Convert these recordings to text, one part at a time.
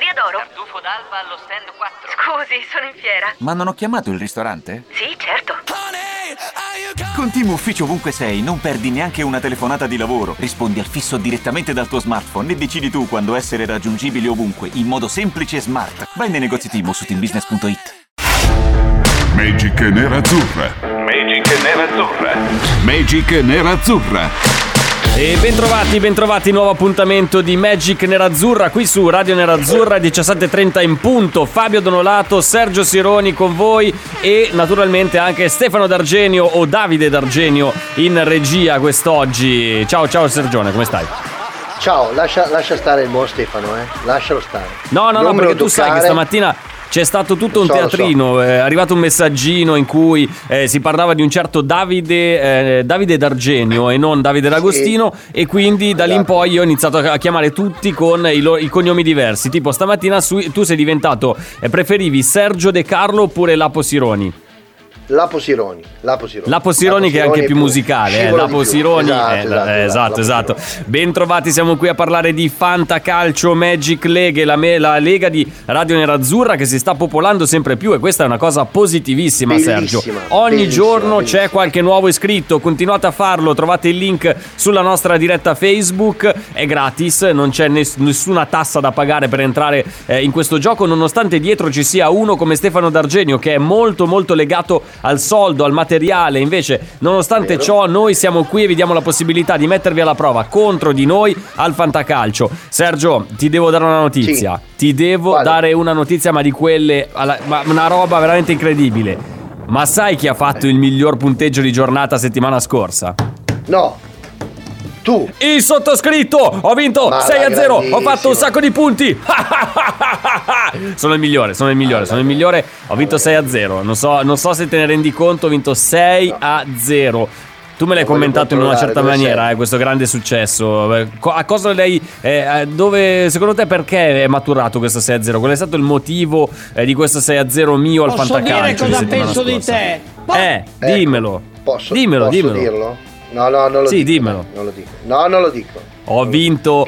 Storia d'oro. Tartufo d'alba allo stand 4. Scusi, sono in fiera. Ma non ho chiamato il ristorante? Sì, certo. Con Team Ufficio ovunque sei, non perdi neanche una telefonata di lavoro. Rispondi al fisso direttamente dal tuo smartphone e decidi tu quando essere raggiungibile ovunque, in modo semplice e smart. Vai nei negozi Team o su teambusiness.it. Magic Nerazzurra. Magic Nerazzurra. Magic Nerazzurra. E bentrovati, nuovo appuntamento di Magic Nerazzurra qui su Radio Nerazzurra, 17:30 in punto. Fabio Donolato, Sergio Sironi con voi e naturalmente anche Stefano D'Argenio o Davide D'Argenio in regia quest'oggi. Ciao Sergione, come stai? Ciao, lascia stare il buon Stefano, lascialo stare. No, perché tu sai che stamattina c'è stato tutto un teatrino, è arrivato un messaggino in cui si parlava di un certo Davide D'Argenio e non Davide D'Agostino, e quindi da lì in poi io ho iniziato a chiamare tutti con i cognomi diversi, tipo stamattina tu sei diventato, preferivi Sergio De Carlo oppure Lapo Sironi? Lapo Sironi che è anche più musicale, Lapo Sironi. Esatto. Ben trovati, siamo qui a parlare di Fantacalcio Magic League, la lega di Radio Nerazzurra che si sta popolando sempre più, e questa è una cosa positivissima, bellissima, Sergio. Ogni giorno c'è qualche nuovo iscritto, continuate a farlo, trovate il link sulla nostra diretta Facebook, è gratis, non c'è nessuna tassa da pagare per entrare in questo gioco, nonostante dietro ci sia uno come Stefano D'Argenio che è molto molto legato al soldo, al materiale. Invece, nonostante ciò, noi siamo qui e vi diamo la possibilità di mettervi alla prova contro di noi al Fantacalcio. Sergio, ti devo dare una notizia. Sì. Ti devo dare una notizia, ma di quelle, ma una roba veramente incredibile. Ma sai chi ha fatto il miglior punteggio di giornata settimana scorsa? No. Tu. Il sottoscritto. Ho vinto 6-0. Ho fatto un sacco di punti. Sono il migliore. Ho vinto 6-0. Non so se te ne rendi conto. Ho vinto 6-0. Tu me l'hai commentato in una certa maniera, questo grande successo. A cosa lei dove, secondo te, perché è maturato questo 6-0? Qual è stato il motivo di questo 6-0 mio al Fantacalcio? Posso dire cosa penso di te? Dimmelo. Posso Dimmelo. dirlo? No, non lo dico. Dimmelo. Non lo dico. No, non lo dico. Ho vinto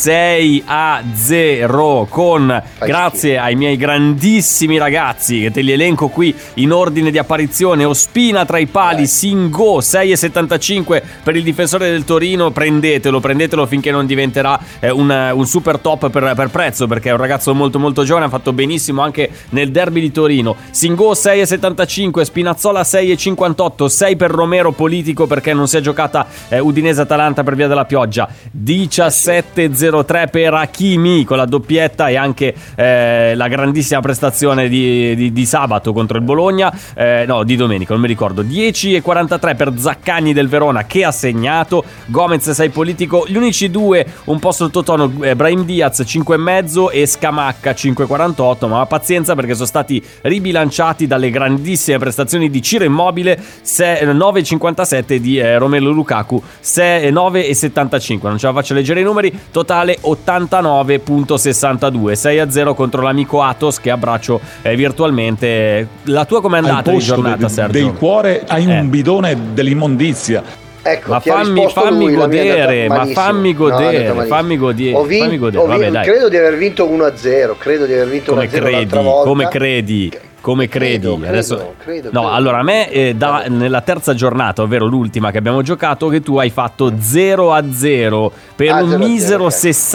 6-0 grazie ai miei grandissimi ragazzi, che te li elenco qui in ordine di apparizione: Ospina tra i pali, Singo 6,75 per il difensore del Torino. Prendetelo finché non diventerà un super top per prezzo, perché è un ragazzo molto molto giovane, ha fatto benissimo anche nel derby di Torino. Singo 6,75, Spinazzola 6,58, 6 per Romero Politico perché non si è giocata Udinese-Atalanta per via della pioggia. 17-03 per Hakimi con la doppietta e anche la grandissima prestazione di sabato contro il Bologna, di domenica, non mi ricordo. 10-43 per Zaccagni del Verona che ha segnato. Gomez 6 Politico. Gli unici due un po' sottotono, Brahim Diaz 5,5 e Scamacca 5,48, ma pazienza perché sono stati ribilanciati dalle grandissime prestazioni di Ciro Immobile, 9,57 di Romelu Lukaku, 9,75. Non ce la faccio leggere i numeri. Totale 89,62, 6-0 contro l'amico Atos che abbraccio virtualmente. La tua com'è andata di giornata, Sergio? Del cuore hai un bidone dell'immondizia. Ecco, ma fammi godere. Vabbè, dai. Credo di aver vinto 1-0. L'altra volta. Come credi? Adesso credo. Allora a me nella terza giornata, ovvero l'ultima che abbiamo giocato, che tu hai fatto 0-0 per un misero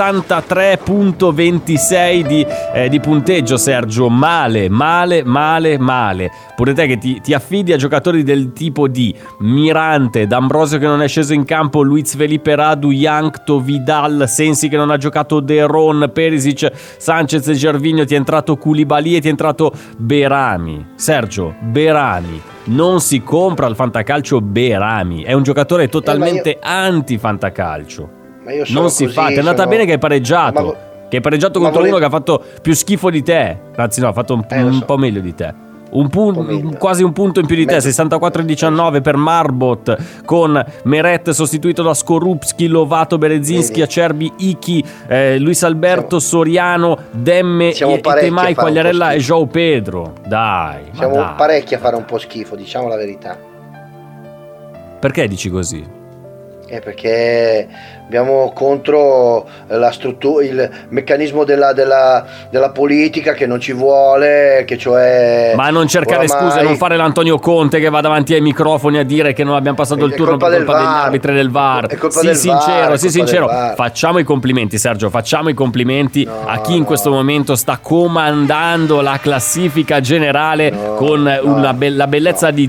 63,26 di punteggio, Sergio. Male. Pure te che ti affidi a giocatori del tipo di Mirante, D'Ambrosio che non è sceso in campo, Luiz Felipe Radu, Yankto, Vidal, Sensi che non ha giocato, Deron, Perisic, Sanchez e Gervinho, ti è entrato Koulibaly e ti è entrato Berami. Sergio, Berami non si compra al Fantacalcio. Berami è un giocatore totalmente anti-Fantacalcio. Ma io sono non si così, fa. Ti è andata bene che hai pareggiato. Contro uno che ha fatto più schifo di te. Anzi no, ha fatto un po' meglio di te. Quasi un punto in più di te, 64-19 per Marbot, con Meret sostituito da Skorupski, Lovato, Berezinski, Acerbi, Iki, Luis Alberto, Soriano, Demme, Temai, Quagliarella e João Pedro. Siamo parecchi a fare un po' schifo, diciamo la verità. Perché dici così? Perché abbiamo contro la struttura, il meccanismo della politica che non ci vuole, che cioè... Ma non cercare scuse, non fare l'Antonio Conte che va davanti ai microfoni a dire che non abbiamo passato il turno per colpa degli arbitri del VAR. Sincero, facciamo i complimenti, Sergio, facciamo i complimenti a chi in questo momento sta comandando la classifica generale con la bellezza di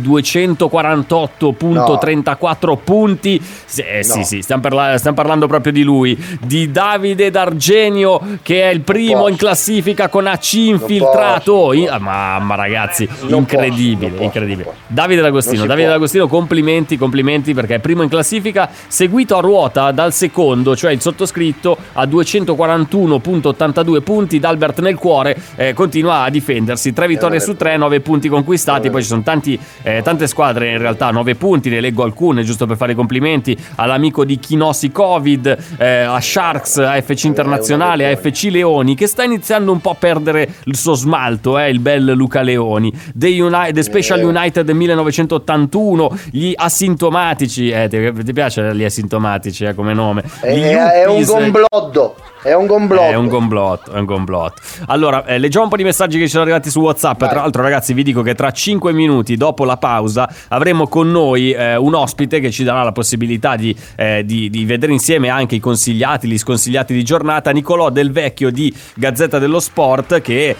248.34 punti. Sì, stiamo parlando proprio di lui, di Davide D'Argenio, che è il primo in classifica con AC infiltrato. Mamma ragazzi, incredibile. Davide D'Agostino, complimenti perché è primo in classifica, seguito a ruota dal secondo, cioè il sottoscritto, a 241.82 punti. D'Albert nel cuore continua a difendersi, 3 vittorie su 3, 9 punti conquistati. Poi ci sono tante squadre in realtà, 9 punti, ne leggo alcune giusto per fare i complimenti all'amico di Chinossi Covid, a Sharks, a FC Internazionale, a FC Leoni, che sta iniziando un po' a perdere il suo smalto, il bel Luca Leoni, The Special United 1981, gli asintomatici, ti piace gli asintomatici come nome? È un gomblotto. È un gomblotto. Allora, leggiamo un po' di messaggi che ci sono arrivati su WhatsApp. Vai. Tra l'altro, ragazzi, vi dico che tra 5 minuti dopo la pausa avremo con noi un ospite che ci darà la possibilità di vedere insieme anche i consigliati, gli sconsigliati di giornata. Nicolò Del Vecchio di Gazzetta dello Sport, che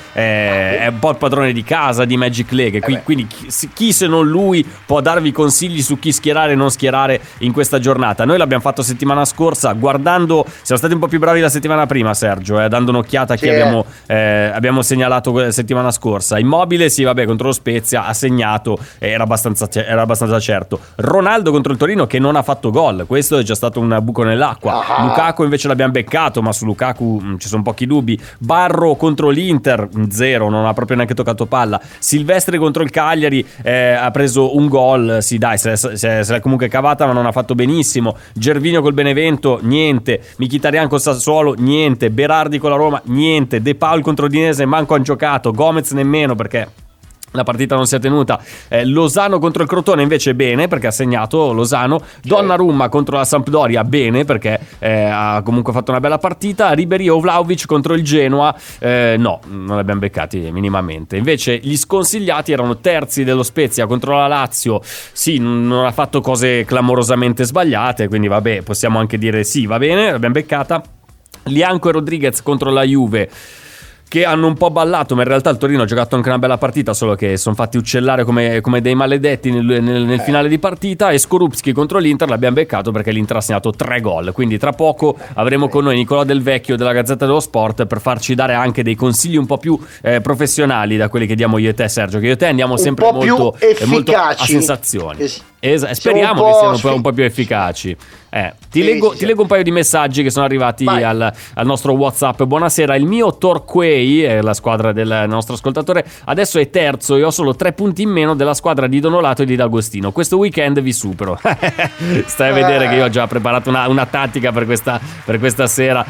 è un po' il padrone di casa di Magic League. Quindi chi se non lui può darvi consigli su chi schierare e non schierare in questa giornata. Noi l'abbiamo fatto settimana scorsa, siamo stati un po' più bravi la settimana prima, Sergio, dando un'occhiata a chi abbiamo segnalato settimana scorsa. Immobile, contro lo Spezia ha segnato, era abbastanza certo. Ronaldo contro il Torino, che non ha fatto gol, questo è già stato un buco nell'acqua. Lukaku invece l'abbiamo beccato, ma su Lukaku ci sono pochi dubbi. Barro contro l'Inter, 0, non ha proprio neanche toccato palla. Silvestri contro il Cagliari, ha preso un gol, se l'è comunque cavata, ma non ha fatto benissimo. Gervinho col Benevento, niente. Mkhitaryan col Sassuolo, niente. Berardi con la Roma, niente. De Paul contro Udinese, manco han giocato. Gomez nemmeno, perché la partita non si è tenuta. Lozano contro il Crotone invece bene, perché ha segnato Lozano. Donnarumma contro la Sampdoria bene, perché ha comunque fatto una bella partita. Ribéry o Vlahovic contro il Genoa, no, non li abbiamo beccati minimamente. Invece gli sconsigliati erano Terzi dello Spezia contro la Lazio. Sì, non ha fatto cose clamorosamente sbagliate, quindi vabbè, possiamo anche dire sì, va bene, l'abbiamo beccata. Lianco e Rodriguez contro la Juve, che hanno un po' ballato, ma in realtà il Torino ha giocato anche una bella partita, solo che sono fatti uccellare come dei maledetti nel finale di partita. E Skorupski contro l'Inter l'abbiamo beccato perché l'Inter ha segnato 3 gol. Quindi tra poco avremo con noi Nicolò Del Vecchio della Gazzetta dello Sport per farci dare anche dei consigli un po' più professionali da quelli che diamo io e te, Sergio, che io e te andiamo sempre molto a sensazioni. Speriamo che siano un po' più efficaci. Ti leggo un paio di messaggi che sono arrivati al nostro WhatsApp. Buonasera, il mio Torquay, la squadra del nostro ascoltatore, adesso è terzo e ho solo 3 punti in meno della squadra di Donolato e di D'Agostino. Questo weekend vi supero. Stai a vedere che io ho già preparato una tattica per questa sera.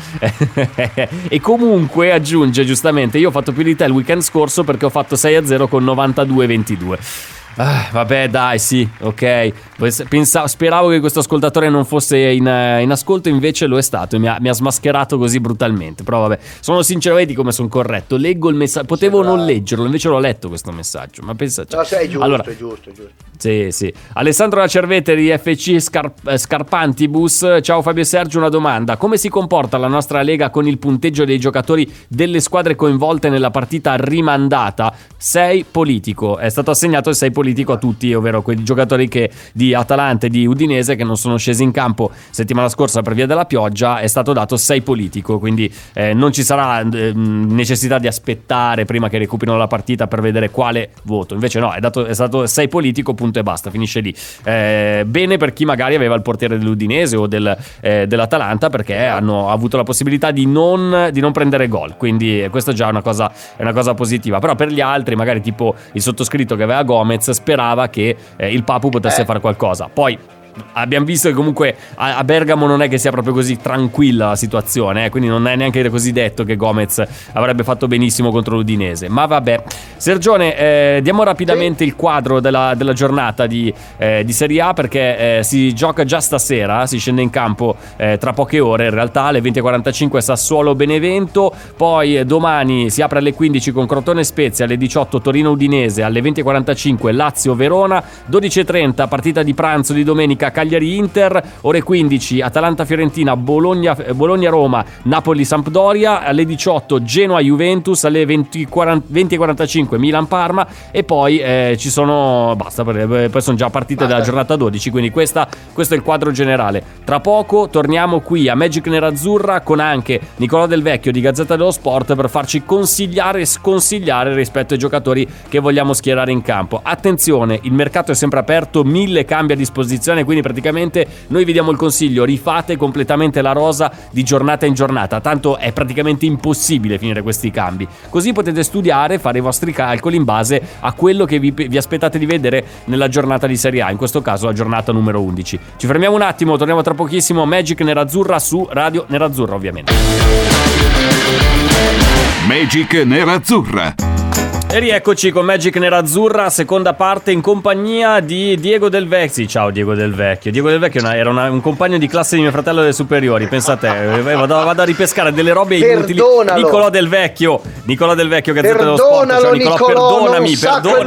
E comunque aggiunge giustamente, io ho fatto più di te il weekend scorso perché ho fatto 6-0 con 92-22. Vabbè, dai, sì, ok. Speravo che questo ascoltatore non fosse in ascolto, invece lo è stato e mi ha smascherato così brutalmente. Però vabbè, sono sincero, vedi come sono corretto. Leggo il messaggio, potevo non leggerlo, invece l'ho letto questo messaggio. Ma pensa, no, sei giusto, allora, è giusto. Sì. Alessandro La Cervete di FC Scarpantibus. Ciao Fabio e Sergio, una domanda: come si comporta la nostra Lega con il punteggio dei giocatori delle squadre coinvolte nella partita rimandata? 6 politico, è stato assegnato il 6 politico a tutti, ovvero quei giocatori di Atalanta e di Udinese che non sono scesi in campo settimana scorsa per via della pioggia. È stato dato 6 politico, quindi non ci sarà necessità di aspettare prima che recuperino la partita per vedere quale voto. Invece no, è stato 6 politico, punto e basta, finisce lì. Bene per chi magari aveva il portiere dell'Udinese o dell'Atalanta, perché hanno avuto la possibilità di non prendere gol, quindi questa già è una cosa positiva. Però per gli altri, magari tipo il sottoscritto che aveva Gomez, sperava che il Papu potesse fare qualcosa. Poi abbiamo visto che comunque a Bergamo non è che sia proprio così tranquilla la situazione, quindi non è neanche così detto che Gomez avrebbe fatto benissimo contro l'Udinese. Ma vabbè, Sergione, diamo rapidamente il quadro della giornata di Serie A, perché si gioca già stasera, si scende in campo tra poche ore, in realtà alle 20:45 Sassuolo-Benevento, poi domani si apre alle 15 con Crotone-Spezia, alle 18 Torino-Udinese, alle 20:45 Lazio-Verona, 12:30 partita di pranzo di domenica Cagliari-Inter, ore 15 Atalanta-Fiorentina, Bologna-Roma, Napoli-Sampdoria, alle 18 Genoa-Juventus, alle 20:45 Milan-Parma, e poi ci sono, basta, poi sono già partite della giornata 12, quindi questo è il quadro generale. Tra poco torniamo qui a Magic Nerazzurra con anche Nicolò Del Vecchio di Gazzetta dello Sport per farci consigliare e sconsigliare rispetto ai giocatori che vogliamo schierare in campo. Attenzione, il mercato è sempre aperto, 1000 cambi a disposizione, quindi praticamente noi vi diamo il consiglio: rifate completamente la rosa di giornata in giornata, tanto è praticamente impossibile finire questi cambi, così potete studiare, fare i vostri calcoli in base a quello che vi aspettate di vedere nella giornata di Serie A, in questo caso la giornata numero 11. Ci fermiamo un attimo, torniamo tra pochissimo. Magic Nerazzurra su Radio Nerazzurra, ovviamente. Magic Nerazzurra. E rieccoci con Magic Nerazzurra, seconda parte, in compagnia di Diego Del Vecchio. Sì, ciao Diego Del Vecchio. Diego Del Vecchio era un compagno di classe di mio fratello delle superiori, pensa a te. Vado a ripescare delle robe inutili. Nicolò Del Vecchio, Gazzetta dello Sport. Ciao Nicolò, perdonami.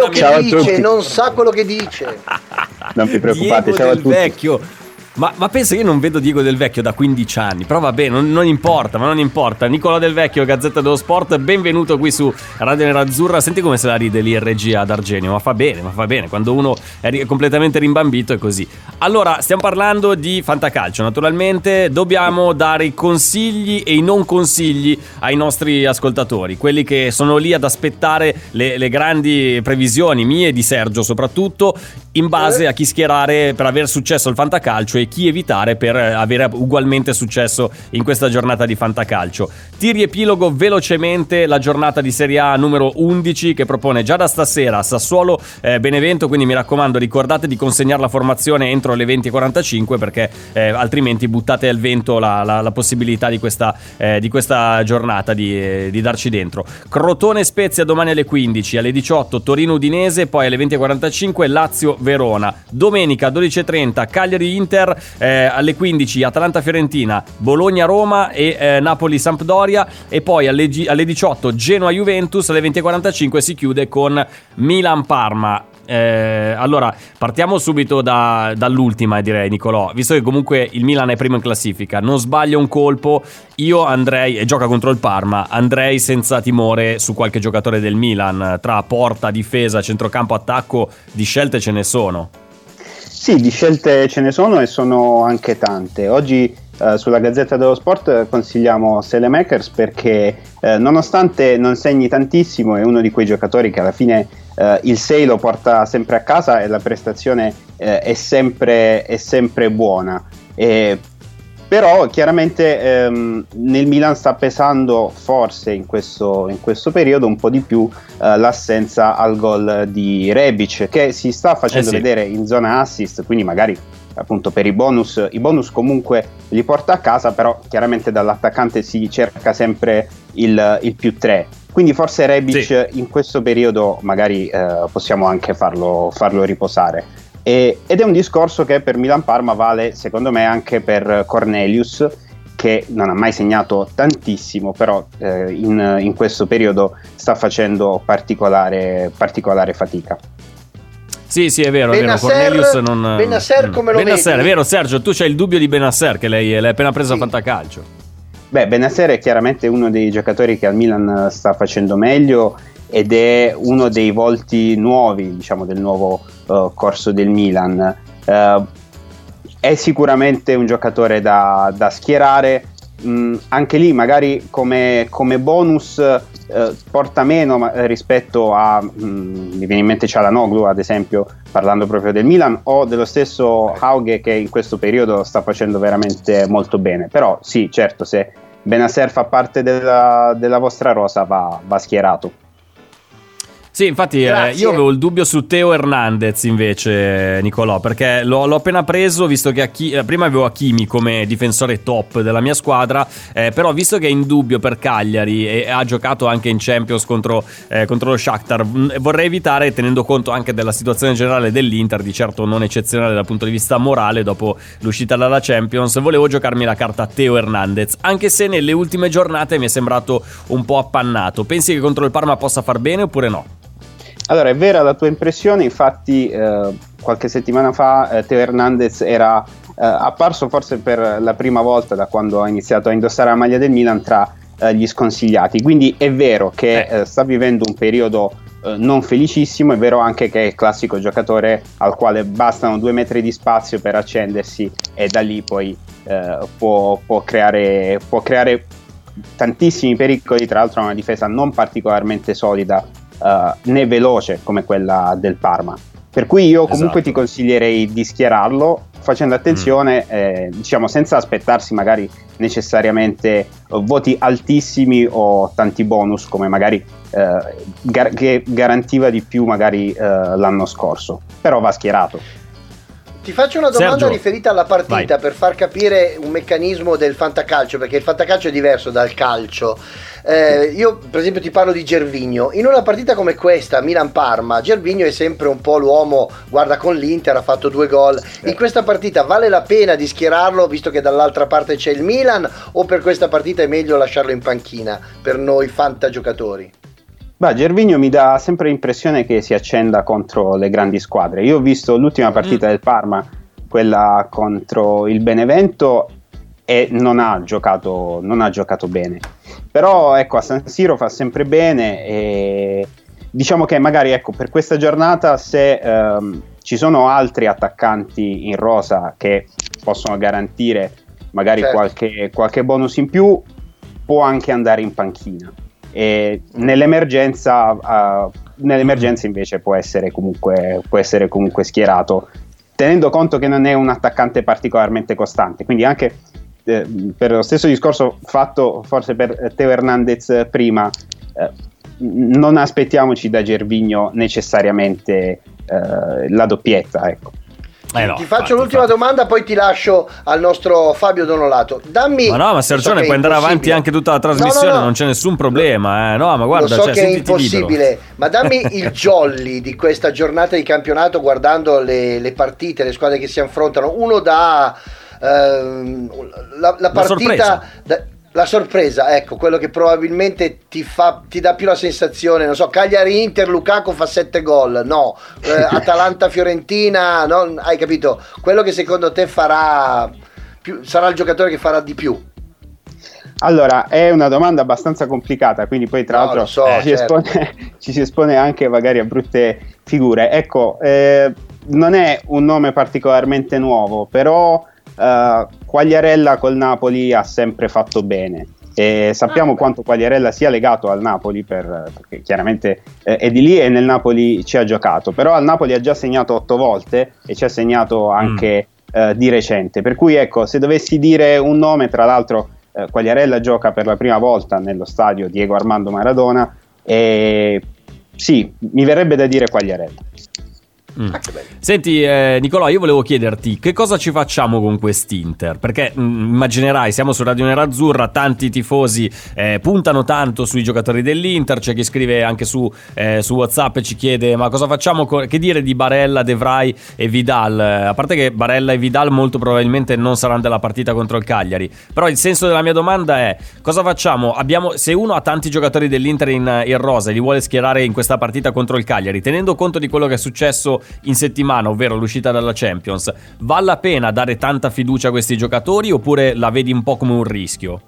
Non sa quello che dice. Non vi preoccupate, Diego ciao a Del tutti. Vecchio. Ma pensa che io non vedo Diego Del Vecchio da 15 anni. Però vabbè, non importa. Nicolò Del Vecchio, Gazzetta dello Sport, benvenuto qui su Radio Nerazzurra. Senti come se la ride lì in regia ad Argenio. Ma fa bene. Quando uno è completamente rimbambito è così. Allora, stiamo parlando di fantacalcio. Naturalmente dobbiamo dare i consigli e i non consigli ai nostri ascoltatori, quelli che sono lì ad aspettare le grandi previsioni mie e di Sergio soprattutto, in base a chi schierare per aver successo al fantacalcio e chi evitare per avere ugualmente successo in questa giornata di fantacalcio. Ti riepilogo velocemente la giornata di Serie A numero 11, che propone già da stasera Sassuolo Benevento, quindi mi raccomando, ricordate di consegnare la formazione entro le 20:45, perché altrimenti buttate al vento la possibilità di questa giornata di darci dentro. Crotone Spezia domani alle 15, alle 18 Torino Udinese, poi alle 20:45 Lazio Verona. Domenica 12:30 Cagliari Inter, alle 15 Atalanta Fiorentina, Bologna Roma e Napoli Sampdoria, e poi alle 18 Genoa Juventus, alle 20:45 si chiude con Milan Parma. Allora partiamo subito dall'ultima, direi, Nicolò, visto che comunque il Milan è primo in classifica, non sbaglia un colpo, io andrei, e gioca contro il Parma, andrei senza timore su qualche giocatore del Milan. Tra porta, difesa, centrocampo, attacco, di scelte ce ne sono. Sì, di scelte ce ne sono, e sono anche tante. Oggi sulla Gazzetta dello Sport consigliamo Saelemaekers perché nonostante non segni tantissimo è uno di quei giocatori che alla fine il 6 lo porta sempre a casa e la prestazione è sempre buona. Però chiaramente nel Milan sta pesando forse in questo periodo un po' di più l'assenza al gol di Rebic, che si sta facendo vedere in zona assist, quindi magari appunto per i bonus comunque li porta a casa, però chiaramente dall'attaccante si cerca sempre il più 3. Quindi forse Rebic in questo periodo magari possiamo anche farlo riposare. Ed è un discorso che per Milan-Parma vale secondo me anche per Cornelius, che non ha mai segnato tantissimo, però in questo periodo sta facendo particolare fatica. Sì, è vero, Cornelius non... Benasser come lo vedi? È vero, Sergio, tu c'hai il dubbio di Benasser, che lei l'hai appena preso a fantacalcio. Beh, Benasser è chiaramente uno dei giocatori che al Milan sta facendo meglio ed è uno dei volti nuovi, diciamo, del nuovo corso del Milan. È sicuramente un giocatore da schierare, anche lì magari come bonus porta meno rispetto a mi viene in mente Çalhanoğlu ad esempio, parlando proprio del Milan, o dello stesso Hauge, che in questo periodo sta facendo veramente molto bene. Però sì, certo, se Benasser fa parte della vostra rosa va schierato. Sì, infatti io avevo il dubbio su Teo Hernandez invece, Nicolò, perché l'ho appena preso, visto che prima avevo Hakimi come difensore top della mia squadra, però visto che è in dubbio per Cagliari e ha giocato anche in Champions contro lo Shakhtar, vorrei evitare, tenendo conto anche della situazione generale dell'Inter, di certo non eccezionale dal punto di vista morale dopo l'uscita dalla Champions, volevo giocarmi la carta Teo Hernandez, anche se nelle ultime giornate mi è sembrato un po' appannato. Pensi che contro il Parma possa far bene oppure no? Allora, è vera la tua impressione, infatti qualche settimana fa Teo Hernandez era apparso forse per la prima volta da quando ha iniziato a indossare la maglia del Milan tra gli sconsigliati, quindi è vero che sta vivendo un periodo non felicissimo, è vero anche che è il classico giocatore al quale bastano 2 metri di spazio per accendersi e da lì poi può creare tantissimi pericoli, tra l'altro ha una difesa non particolarmente solida né veloce come quella del Parma, per cui io comunque ti consiglierei di schierarlo facendo attenzione, diciamo senza aspettarsi magari necessariamente voti altissimi o tanti bonus come magari che garantiva di più magari l'anno scorso, però va schierato. Ti faccio una domanda Sergio, riferita alla partita, vai. per far capire un meccanismo del fantacalcio, perché il fantacalcio è diverso dal calcio. Io per esempio ti parlo di Gervinho. In una partita come questa, Milan-Parma, Gervinho è sempre un po' l'uomo, guarda con l'Inter, ha fatto 2 gol. In questa partita vale la pena di schierarlo, visto che dall'altra parte c'è il Milan, o per questa partita è meglio lasciarlo in panchina per noi fantagiocatori? Beh, Gervinho mi dà sempre l'impressione che si accenda contro le grandi squadre. Io ho visto l'ultima partita del Parma, quella contro il Benevento, e non ha giocato bene. Però ecco, a San Siro fa sempre bene e diciamo che magari ecco, per questa giornata se ci sono altri attaccanti in rosa che possono garantire magari qualche bonus in più, può anche andare in panchina. E nell'emergenza invece può essere comunque schierato, tenendo conto che non è un attaccante particolarmente costante, quindi anche per lo stesso discorso fatto forse per Teo Hernandez prima, non aspettiamoci da Gervinho necessariamente la doppietta, ecco. Ti faccio l'ultima domanda, poi ti lascio al nostro Fabio Donolato. Ma Sergione, puoi andare avanti anche tutta la trasmissione, no. Non c'è nessun problema. No, ma guarda, lo so che è impossibile, ma dammi il jolly di questa giornata di campionato, guardando le partite, le squadre che si affrontano. Uno dà la partita, la sorpresa, ecco, quello che probabilmente ti dà più la sensazione, non so, Cagliari-Inter, Lukaku fa 7 gol, no, Atalanta-Fiorentina, no, hai capito? Quello che secondo te sarà il giocatore che farà di più? Allora, è una domanda abbastanza complicata, quindi poi tra l'altro ci si espone anche magari a brutte figure. Ecco, non è un nome particolarmente nuovo, però Quagliarella col Napoli ha sempre fatto bene e sappiamo quanto Quagliarella sia legato al Napoli perché chiaramente è di lì e nel Napoli ci ha giocato, però al Napoli ha già segnato 8 volte e ci ha segnato anche di recente, per cui ecco, se dovessi dire un nome, tra l'altro Quagliarella gioca per la prima volta nello stadio Diego Armando Maradona e sì, mi verrebbe da dire Quagliarella. Senti Nicolò, io volevo chiederti che cosa ci facciamo con quest'Inter, perché immaginerai, siamo su Radio Nerazzurra, tanti tifosi puntano tanto sui giocatori dell'Inter, c'è chi scrive anche su WhatsApp e ci chiede ma cosa facciamo, che dire di Barella, De Vrij e Vidal, a parte che Barella e Vidal molto probabilmente non saranno della partita contro il Cagliari, però il senso della mia domanda è cosa facciamo, se uno ha tanti giocatori dell'Inter in rosa e li vuole schierare in questa partita contro il Cagliari, tenendo conto di quello che è successo in settimana, ovvero l'uscita dalla Champions, vale la pena dare tanta fiducia a questi giocatori oppure la vedi un po' come un rischio?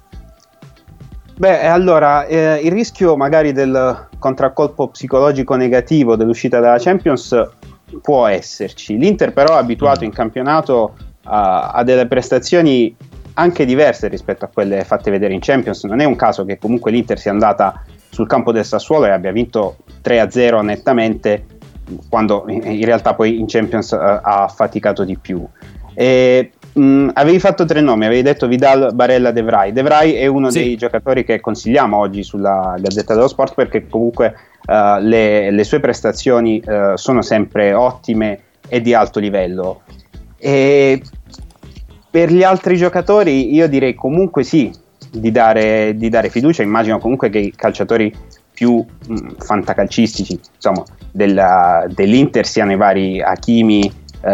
Beh, allora il rischio magari del contraccolpo psicologico negativo dell'uscita dalla Champions può esserci. L'Inter però è abituato in campionato a delle prestazioni anche diverse rispetto a quelle fatte vedere in Champions. Non è un caso che comunque l'Inter sia andata sul campo del Sassuolo e abbia vinto 3-0 nettamente, quando in realtà poi in Champions ha faticato di più. Avevi fatto 3 nomi, avevi detto Vidal, Barella, De Vrij. De Vrij è uno dei giocatori che consigliamo oggi sulla Gazzetta dello Sport perché comunque le sue prestazioni sono sempre ottime e di alto livello. E per gli altri giocatori io direi comunque sì, di dare fiducia. Immagino comunque che i calciatori più fantacalcistici, insomma, dell'Inter siano i vari Hakimi,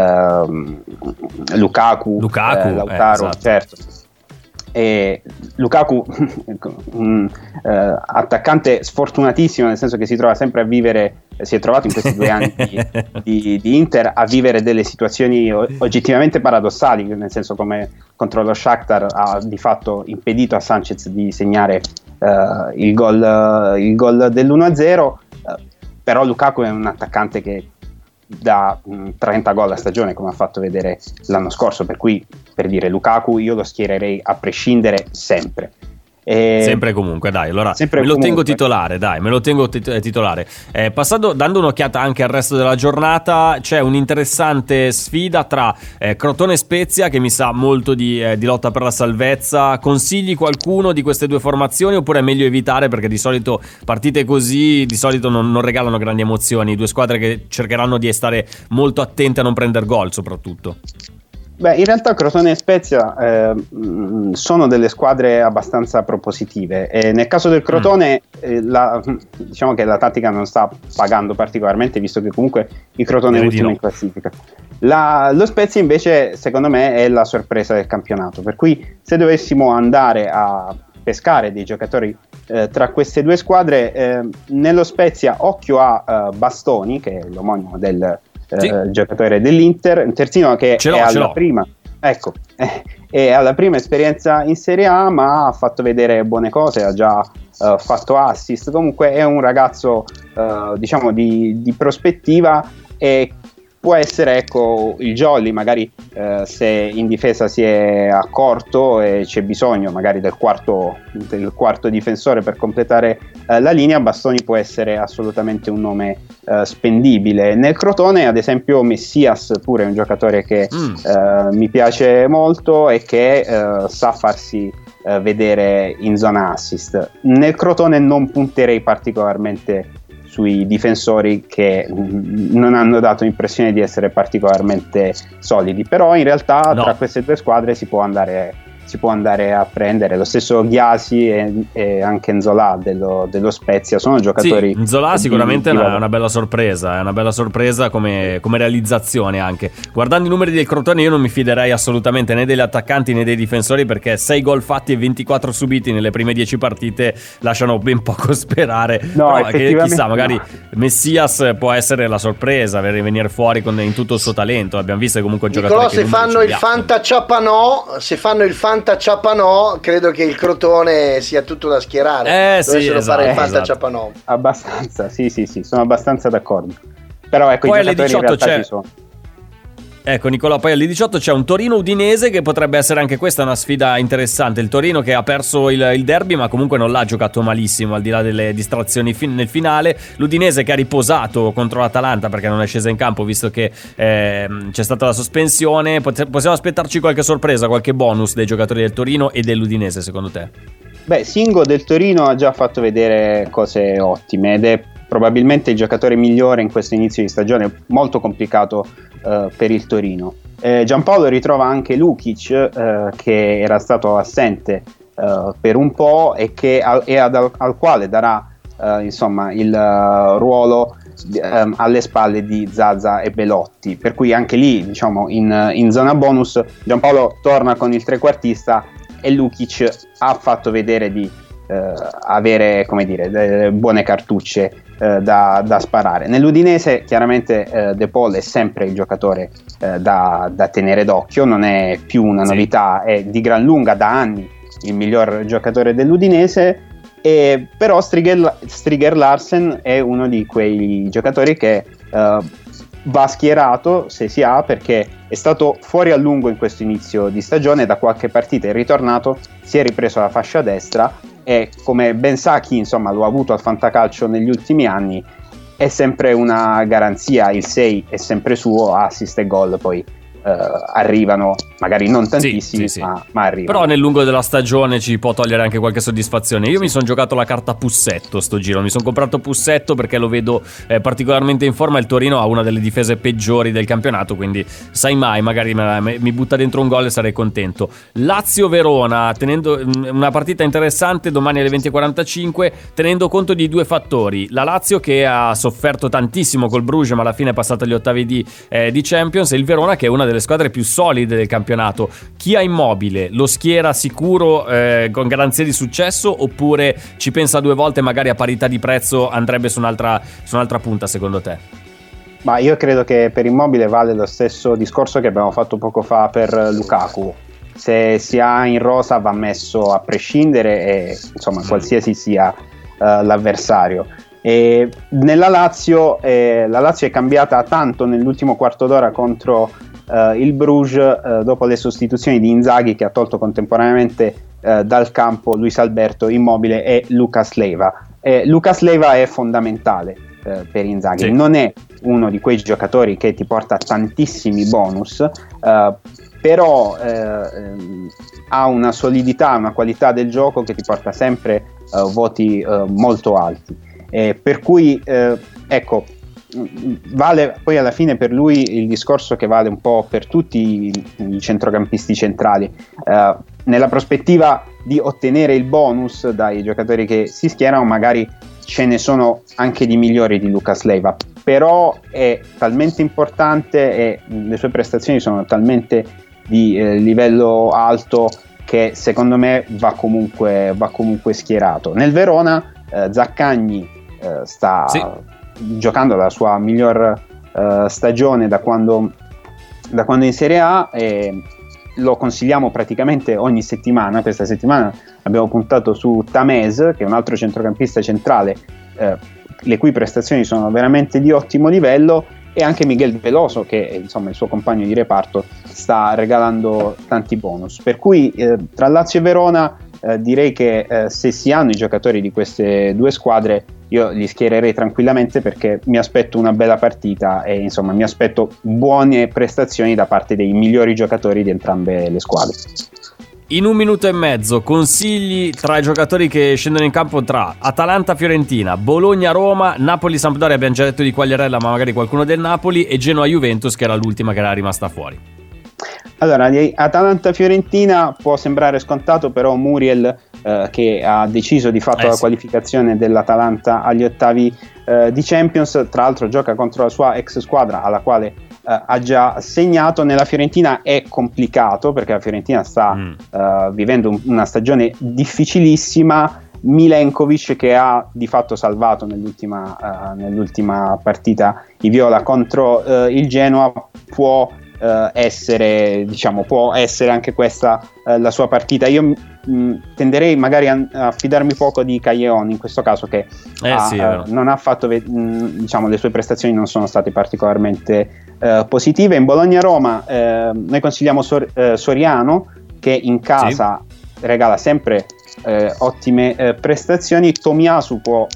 Lukaku, Lautaro, esatto. certo. E Lukaku, un attaccante sfortunatissimo, nel senso che si è trovato in questi 2 anni di Inter a vivere delle situazioni oggettivamente paradossali, nel senso come contro lo Shakhtar ha di fatto impedito a Sanchez di segnare il gol dell'1-0, però Lukaku è un attaccante che da 30 gol a stagione, come ha fatto vedere l'anno scorso, per cui, per dire, Lukaku io lo schiererei a prescindere sempre. Sempre comunque, dai, allora me lo tengo titolare, passando, dando un'occhiata anche al resto della giornata, c'è un'interessante sfida tra Crotone e Spezia, che mi sa molto di lotta per la salvezza. Consigli qualcuno di queste 2 formazioni, oppure è meglio evitare, perché di solito partite così di solito non regalano grandi emozioni, 2 squadre che cercheranno di stare molto attente a non prendere gol soprattutto? Beh, in realtà Crotone e Spezia sono delle squadre abbastanza propositive, e nel caso del Crotone diciamo che la tattica non sta pagando particolarmente, visto che comunque il Crotone è ultimo in classifica. Lo Spezia invece secondo me è la sorpresa del campionato, per cui se dovessimo andare a pescare dei giocatori tra queste 2 squadre, nello Spezia occhio a Bastoni, che è l'omonimo del giocatore dell'Inter, un terzino che è alla prima esperienza in Serie A, ma ha fatto vedere buone cose, ha già fatto assist. Comunque è un ragazzo diciamo di prospettiva, e può essere, ecco, il jolly magari se in difesa si è accorto e c'è bisogno magari del quarto difensore per completare la linea. Bastoni può essere assolutamente un nome spendibile. Nel Crotone ad esempio Messias pure è un giocatore che mi piace molto e che sa farsi vedere in zona assist. Nel Crotone non punterei particolarmente sui difensori che non hanno dato impressione di essere particolarmente solidi, però in realtà tra queste 2 squadre si può andare a prendere lo stesso Ghiasi e anche Nzola dello Spezia. Sono giocatori. Sì, Nzola sicuramente è una bella sorpresa, come realizzazione anche. Guardando i numeri del Crotone io non mi fiderei assolutamente né degli attaccanti né dei difensori, perché 6 gol fatti e 24 subiti nelle prime 10 partite lasciano ben poco sperare. Però chissà, magari Messias può essere la sorpresa, venire fuori in tutto il suo talento. Abbiamo visto che comunque un giocatore se fanno il Fantacciapanò, credo che il Crotone sia tutto da schierare. Fare il Fantacciapanò. Abbastanza, sì, sono abbastanza d'accordo. Però ecco, poi i giocatori in realtà ci sono. Ecco Nicola, poi alle 18 c'è un Torino-Udinese, che potrebbe essere anche questa una sfida interessante. Il Torino che ha perso il derby, ma comunque non l'ha giocato malissimo, al di là delle distrazioni nel finale. L'Udinese che ha riposato contro l'Atalanta perché non è scesa in campo, visto che c'è stata la sospensione. Possiamo aspettarci qualche sorpresa, qualche bonus dei giocatori del Torino e dell'Udinese, secondo te? Beh, Singo del Torino ha già fatto vedere cose ottime ed è probabilmente il giocatore migliore in questo inizio di stagione, molto complicato per il Torino. Giampaolo ritrova anche Lukic, che era stato assente per un po' e al quale darà insomma il ruolo alle spalle di Zaza e Belotti, per cui anche lì, diciamo, in zona bonus Giampaolo torna con il trequartista e Lukic ha fatto vedere di avere, come dire, delle buone cartucce da sparare. Nell'Udinese chiaramente De Paul è sempre il giocatore da tenere d'occhio, non è più una novità, è di gran lunga da anni il miglior giocatore dell'Udinese, però Striger Larsen è uno di quei giocatori che va schierato se si ha, perché è stato fuori a lungo in questo inizio di stagione, da qualche partita è ritornato, si è ripreso la fascia destra e, come ben sa chi insomma lo ha avuto al fantacalcio negli ultimi anni, è sempre una garanzia. Il 6 è sempre suo, assist e gol poi arrivano, magari non tantissimi, sì. ma arrivano. Però nel lungo della stagione ci può togliere anche qualche soddisfazione. Io mi sono giocato la carta Pussetto sto giro, mi sono comprato Pussetto perché lo vedo particolarmente in forma. Il Torino ha una delle difese peggiori del campionato, quindi sai mai, magari mi butta dentro un gol e sarei contento. Lazio-Verona, tenendo una partita interessante domani alle 20:45, tenendo conto di due fattori: la Lazio che ha sofferto tantissimo col Bruges ma alla fine è passata agli ottavi di Champions, e il Verona che è una delle squadre più solide del campionato. Chi ha Immobile lo schiera sicuro con garanzia di successo, oppure ci pensa due volte, magari a parità di prezzo andrebbe su un'altra punta, secondo te? Ma io credo che per Immobile vale lo stesso discorso che abbiamo fatto poco fa per Lukaku: se si ha in rosa va messo a prescindere, e insomma qualsiasi sia l'avversario. E nella Lazio la Lazio è cambiata tanto nell'ultimo quarto d'ora contro il Bruges, dopo le sostituzioni di Inzaghi, che ha tolto contemporaneamente dal campo Luis Alberto, Immobile e Lucas Leiva. Lucas Leiva è fondamentale per Inzaghi, sì. Non è uno di quei giocatori che ti porta tantissimi bonus, però ha una solidità, una qualità del gioco che ti porta sempre voti molto alti. Per cui ecco, vale poi alla fine per lui il discorso che vale un po' per tutti i centrocampisti centrali, nella prospettiva di ottenere il bonus dai giocatori che si schierano. Magari ce ne sono anche di migliori di Lucas Leiva, però è talmente importante e le sue prestazioni sono talmente di livello alto che secondo me va comunque schierato. Nel Verona Zaccagni sta giocando la sua miglior stagione da quando in Serie A, e lo consigliamo praticamente ogni settimana. Questa settimana abbiamo puntato su Tamez, che è un altro centrocampista centrale, le cui prestazioni sono veramente di ottimo livello, e anche Miguel Veloso, che insomma il suo compagno di reparto, sta regalando tanti bonus. Per cui tra Lazio e Verona direi che se si hanno i giocatori di queste due squadre io li schiererei tranquillamente, perché mi aspetto una bella partita e insomma mi aspetto buone prestazioni da parte dei migliori giocatori di entrambe le squadre. In un minuto e mezzo, consigli tra i giocatori che scendono in campo tra Atalanta-Fiorentina, Bologna-Roma, Napoli-Sampdoria, abbiamo già detto di Quagliarella ma magari qualcuno del Napoli, e Genoa-Juventus che era l'ultima che era rimasta fuori. Allora, di Atalanta-Fiorentina può sembrare scontato, però Muriel che ha deciso di fatto la qualificazione dell'Atalanta agli ottavi di Champions, tra l'altro gioca contro la sua ex squadra alla quale ha già segnato. Nella Fiorentina è complicato perché la Fiorentina sta vivendo una stagione difficilissima. Milenkovic, che ha di fatto salvato nell'ultima partita i viola contro il Genoa, può essere anche questa la sua partita. Io tenderei magari a fidarmi poco di Callejon in questo caso, che non ha fatto le sue prestazioni non sono state particolarmente positive. In Bologna-Roma noi consigliamo Soriano, che in casa regala sempre ottime prestazioni. Tomiyasu può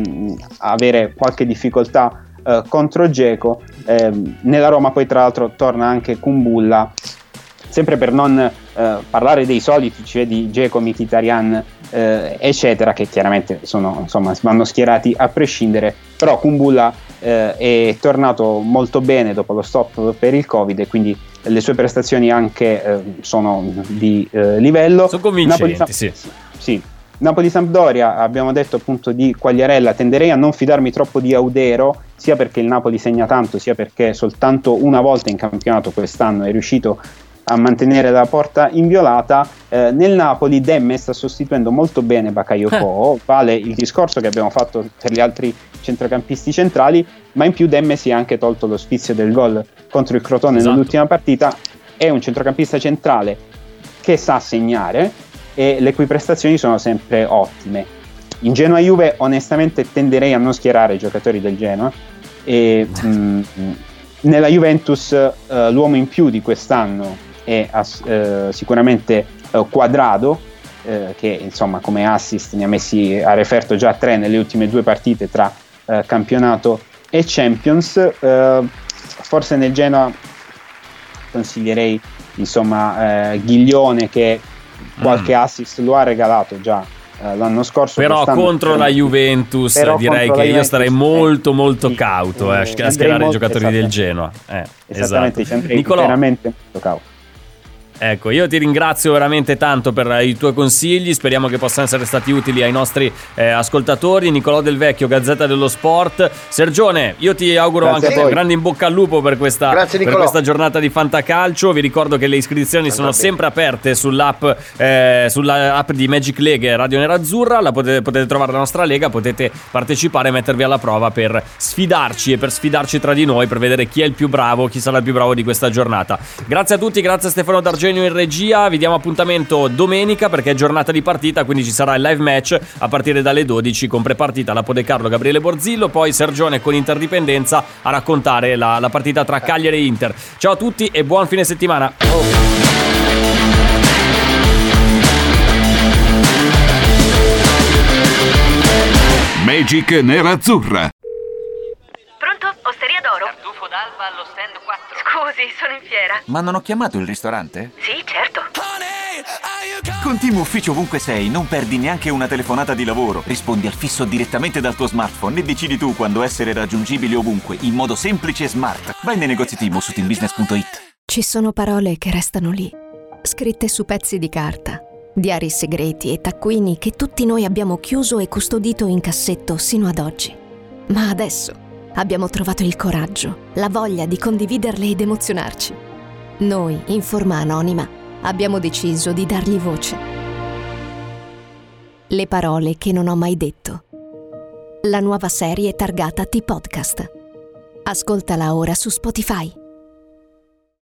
avere qualche difficoltà contro Dzeko. Nella Roma poi tra l'altro torna anche Kumbulla, sempre per non parlare dei soliti, cioè di Dzeko, Mkhitaryan eccetera, che chiaramente vanno schierati a prescindere, però Kumbulla è tornato molto bene dopo lo stop per il Covid e quindi le sue prestazioni anche sono di livello. Sono convincenti, sì. Napoli-Sampdoria, abbiamo detto appunto di Quagliarella, tenderei a non fidarmi troppo di Audero, sia perché il Napoli segna tanto, sia perché soltanto una volta in campionato quest'anno è riuscito a mantenere la porta inviolata. Nel Napoli Demme sta sostituendo molto bene Bakayoko, vale il discorso che abbiamo fatto per gli altri centrocampisti centrali, ma in più Demme si è anche tolto lo sfizio del gol contro il Crotone nell'ultima partita. È un centrocampista centrale che sa segnare e le cui prestazioni sono sempre ottime. In Genoa-Juve onestamente tenderei a non schierare i giocatori del Genoa, e nella Juventus l'uomo in più di quest'anno è sicuramente Cuadrado, che insomma come assist ne ha messi a referto già 3 nelle ultime 2 partite tra campionato e Champions. Forse nel Genoa consiglierei insomma Ghiglione, che qualche assist lo ha regalato già l'anno scorso. Però contro la Juventus direi che io starei molto cauto a schierare i giocatori del Genoa. Esattamente, esatto. Nicolò, veramente molto cauto. Ecco, io ti ringrazio veramente tanto per i tuoi consigli, speriamo che possano essere stati utili ai nostri ascoltatori. Nicolò Del Vecchio, Gazzetta dello Sport. Sergione, io ti auguro anche un grande in bocca al lupo per questa giornata di Fantacalcio. Vi ricordo che le iscrizioni sono sempre aperte sull'app di Magic League Radio Nerazzurra. Potete trovare la nostra lega, potete partecipare e mettervi alla prova per sfidarci e per sfidarci tra di noi, per vedere chi è il più bravo, chi sarà il più bravo di questa giornata. Grazie a tutti, grazie a Stefano D'Argenio in regia. Vi diamo appuntamento domenica perché è giornata di partita, quindi ci sarà il live match a partire dalle 12 con prepartita Lapo De Carlo, Gabriele Borzillo, poi Sergione con Interdipendenza a raccontare la partita tra Cagliari e Inter. Ciao a tutti e buon fine settimana. Magic Nerazzurra. Pronto? Osteria d'Oro? Tartufo d'Alba allo stand 4. Scusi, sono in fiera. Ma non ho chiamato il ristorante? Sì, certo. Con Team Ufficio ovunque sei, non perdi neanche una telefonata di lavoro. Rispondi al fisso direttamente dal tuo smartphone e decidi tu quando essere raggiungibile ovunque, in modo semplice e smart. Vai nei negozi Team o su teambusiness.it. Ci sono parole che restano lì, scritte su pezzi di carta, diari segreti e taccuini che tutti noi abbiamo chiuso e custodito in cassetto sino ad oggi. Ma adesso abbiamo trovato il coraggio, la voglia di condividerle ed emozionarci. Noi, in forma anonima, abbiamo deciso di dargli voce. Le parole che non ho mai detto. La nuova serie targata T-Podcast. Ascoltala ora su Spotify.